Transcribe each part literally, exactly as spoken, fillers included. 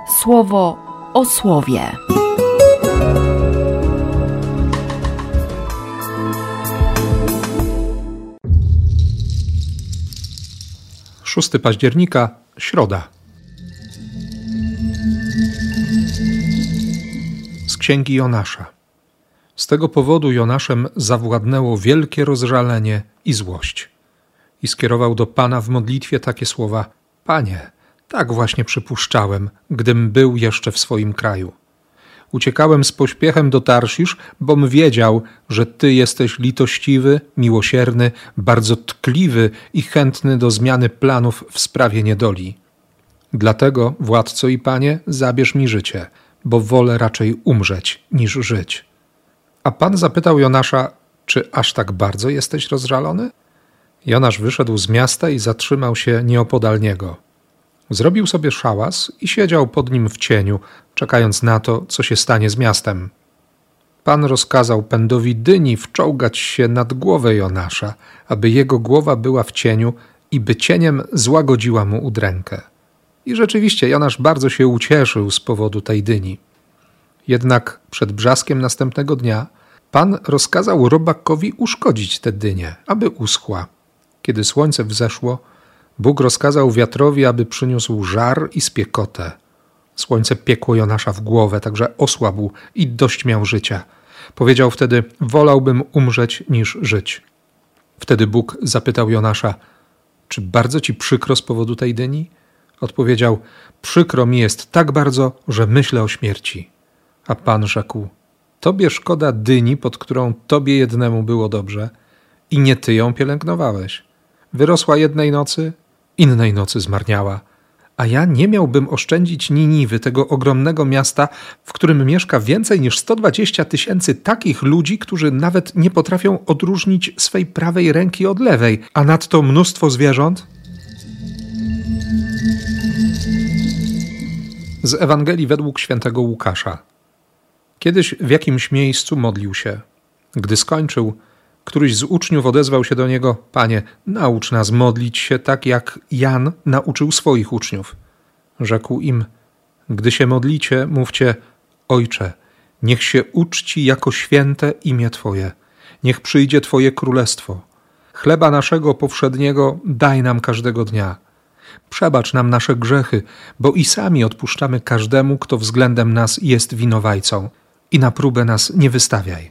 Słowo o słowie. szóstego października, środa. Z księgi Jonasza. Z tego powodu Jonaszem zawładnęło wielkie rozżalenie i złość. I skierował do Pana w modlitwie takie słowa: Panie, tak właśnie przypuszczałem, gdym był jeszcze w swoim kraju. Uciekałem z pośpiechem do Tarszisz, bom wiedział, że Ty jesteś litościwy, miłosierny, bardzo tkliwy i chętny do zmiany planów w sprawie niedoli. Dlatego, Władco i Panie, zabierz mi życie, bo wolę raczej umrzeć niż żyć. A Pan zapytał Jonasza, czy aż tak bardzo jesteś rozżalony? Jonasz wyszedł z miasta i zatrzymał się nieopodal niego. Zrobił sobie szałas i siedział pod nim w cieniu, czekając na to, co się stanie z miastem. Pan rozkazał pędowi dyni wczołgać się nad głowę Jonasza, aby jego głowa była w cieniu i by cieniem złagodziła mu udrękę. I rzeczywiście Jonasz bardzo się ucieszył z powodu tej dyni. Jednak przed brzaskiem następnego dnia Pan rozkazał robakowi uszkodzić tę dynię, aby uschła. Kiedy słońce wzeszło, Bóg rozkazał wiatrowi, aby przyniósł żar i spiekotę. Słońce piekło Jonasza w głowę, tak że osłabł i dość miał życia. Powiedział wtedy: wolałbym umrzeć niż żyć. Wtedy Bóg zapytał Jonasza: czy bardzo ci przykro z powodu tej dyni? Odpowiedział: przykro mi jest tak bardzo, że myślę o śmierci. A Pan rzekł: tobie szkoda dyni, pod którą tobie jednemu było dobrze, i nie ty ją pielęgnowałeś. Wyrosła jednej nocy, innej nocy zmarniała. A ja nie miałbym oszczędzić Niniwy, tego ogromnego miasta, w którym mieszka więcej niż sto dwadzieścia tysięcy takich ludzi, którzy nawet nie potrafią odróżnić swej prawej ręki od lewej, a nadto mnóstwo zwierząt? Z Ewangelii według świętego Łukasza. Kiedyś w jakimś miejscu modlił się. Gdy skończył, któryś z uczniów odezwał się do niego: Panie, naucz nas modlić się tak, jak Jan nauczył swoich uczniów. Rzekł im: gdy się modlicie, mówcie: Ojcze, niech się uczci jako święte imię Twoje. Niech przyjdzie Twoje królestwo. Chleba naszego powszedniego daj nam każdego dnia. Przebacz nam nasze grzechy, bo i sami odpuszczamy każdemu, kto względem nas jest winowajcą. I na próbę nas nie wystawiaj.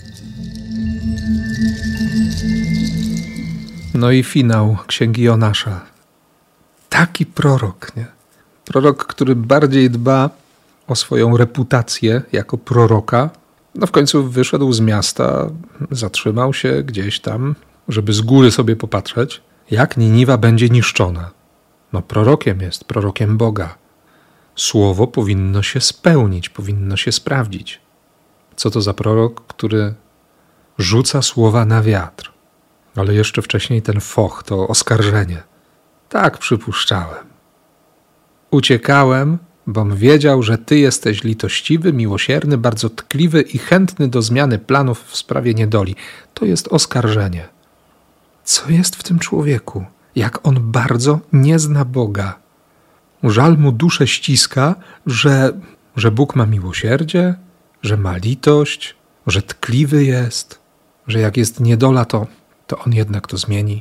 No i finał księgi Jonasza. Taki prorok, nie? Prorok, który bardziej dba o swoją reputację jako proroka. No w końcu wyszedł z miasta, zatrzymał się gdzieś tam, żeby z góry sobie popatrzeć, jak Niniwa będzie niszczona. No prorokiem jest, prorokiem Boga. Słowo powinno się spełnić, powinno się sprawdzić. Co to za prorok, który rzuca słowa na wiatr? Ale jeszcze wcześniej ten foch, to oskarżenie. Tak przypuszczałem. Uciekałem, bom wiedział, że Ty jesteś litościwy, miłosierny, bardzo tkliwy i chętny do zmiany planów w sprawie niedoli. To jest oskarżenie. Co jest w tym człowieku? Jak on bardzo nie zna Boga. Żal mu duszę ściska, że, że Bóg ma miłosierdzie, że ma litość, że tkliwy jest, że jak jest niedola, to to on jednak to zmieni.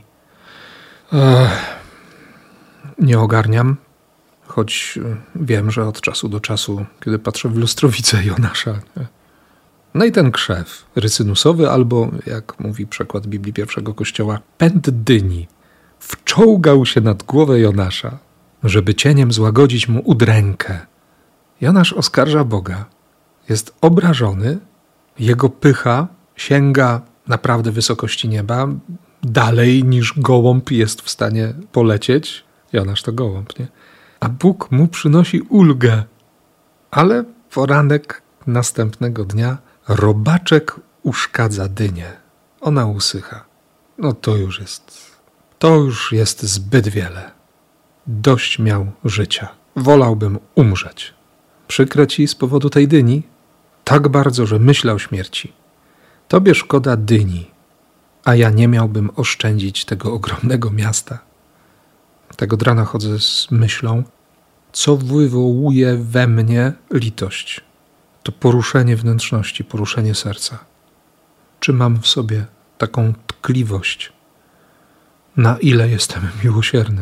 Ech, nie ogarniam, choć wiem, że od czasu do czasu, kiedy patrzę w lustro, widzę Jonasza. Nie? No i ten krzew rycynusowy, albo, jak mówi przekład Biblii Pierwszego Kościoła, pęd dyni, wczołgał się nad głowę Jonasza, żeby cieniem złagodzić mu udrękę. Jonasz oskarża Boga, jest obrażony, jego pycha sięga naprawdę wysokości nieba, dalej niż gołąb jest w stanie polecieć. Jonasz to gołąb, nie? A Bóg mu przynosi ulgę. Ale poranek następnego dnia robaczek uszkadza dynię. Ona usycha. No to już jest, to już jest zbyt wiele. Dość miał życia. Wolałbym umrzeć. Przykre ci z powodu tej dyni? Tak bardzo, że myślę o śmierci. Tobie szkoda dyni, a ja nie miałbym oszczędzić tego ogromnego miasta. Tego od rana chodzę z myślą, co wywołuje we mnie litość. To poruszenie wnętrzności, poruszenie serca. Czy mam w sobie taką tkliwość, na ile jestem miłosierny?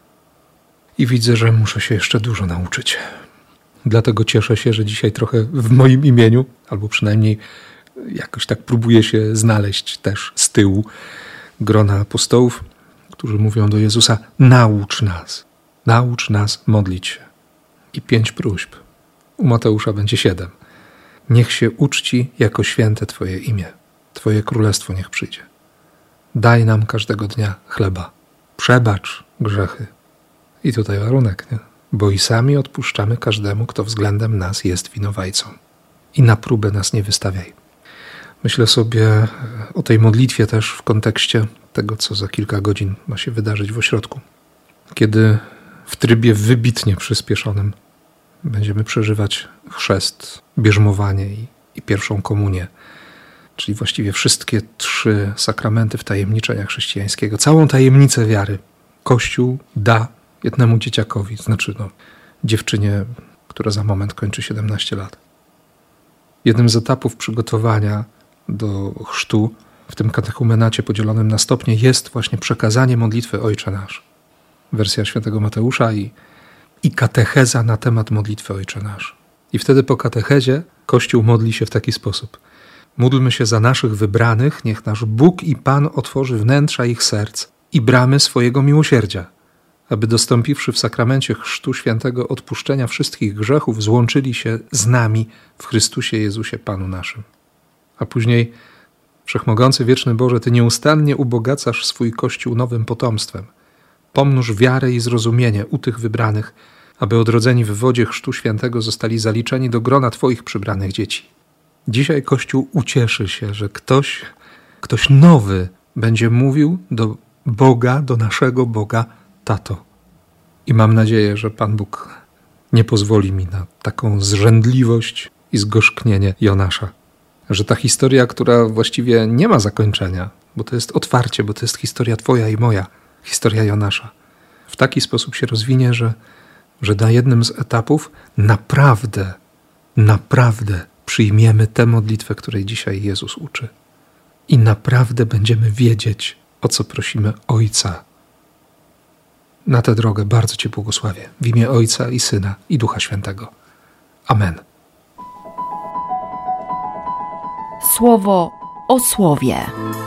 I widzę, że muszę się jeszcze dużo nauczyć. Dlatego cieszę się, że dzisiaj trochę w moim imieniu, albo przynajmniej jakoś tak próbuję się znaleźć też z tyłu grona apostołów, którzy mówią do Jezusa: naucz nas, naucz nas modlić się. I pięć próśb. U Mateusza będzie siedem. Niech się uczci jako święte Twoje imię. Twoje królestwo niech przyjdzie. Daj nam każdego dnia chleba. Przebacz grzechy. I tutaj warunek, nie? Bo i sami odpuszczamy każdemu, kto względem nas jest winowajcą. I na próbę nas nie wystawiaj. Myślę sobie o tej modlitwie też w kontekście tego, co za kilka godzin ma się wydarzyć w ośrodku. Kiedy w trybie wybitnie przyspieszonym będziemy przeżywać chrzest, bierzmowanie i, i pierwszą komunię, czyli właściwie wszystkie trzy sakramenty wtajemniczenia chrześcijańskiego, całą tajemnicę wiary. Kościół da jednemu dzieciakowi, znaczy no, dziewczynie, która za moment kończy siedemnaście lat. Jednym z etapów przygotowania do chrztu w tym katechumenacie podzielonym na stopnie jest właśnie przekazanie modlitwy Ojcze Nasz. Wersja świętego Mateusza i, i katecheza na temat modlitwy Ojcze Nasz. I wtedy po katechezie Kościół modli się w taki sposób. Módlmy się za naszych wybranych, niech nasz Bóg i Pan otworzy wnętrza ich serc i bramy swojego miłosierdzia, aby dostąpiwszy w sakramencie chrztu świętego odpuszczenia wszystkich grzechów, złączyli się z nami w Chrystusie Jezusie Panu naszym. A później: Wszechmogący wieczny Boże, Ty nieustannie ubogacasz swój Kościół nowym potomstwem. Pomnóż wiarę i zrozumienie u tych wybranych, aby odrodzeni w wodzie chrztu świętego zostali zaliczeni do grona Twoich przybranych dzieci. Dzisiaj Kościół ucieszy się, że ktoś, ktoś nowy będzie mówił do Boga, do naszego Boga: Tato. I mam nadzieję, że Pan Bóg nie pozwoli mi na taką zrzędliwość i zgorzknienie Jonasza. Że ta historia, która właściwie nie ma zakończenia, bo to jest otwarcie, bo to jest historia Twoja i moja, historia Jonasza, w taki sposób się rozwinie, że, że na jednym z etapów naprawdę, naprawdę przyjmiemy tę modlitwę, której dzisiaj Jezus uczy. I naprawdę będziemy wiedzieć, o co prosimy Ojca. Na tę drogę bardzo Cię błogosławię. W imię Ojca i Syna i Ducha Świętego. Amen. Słowo o słowie.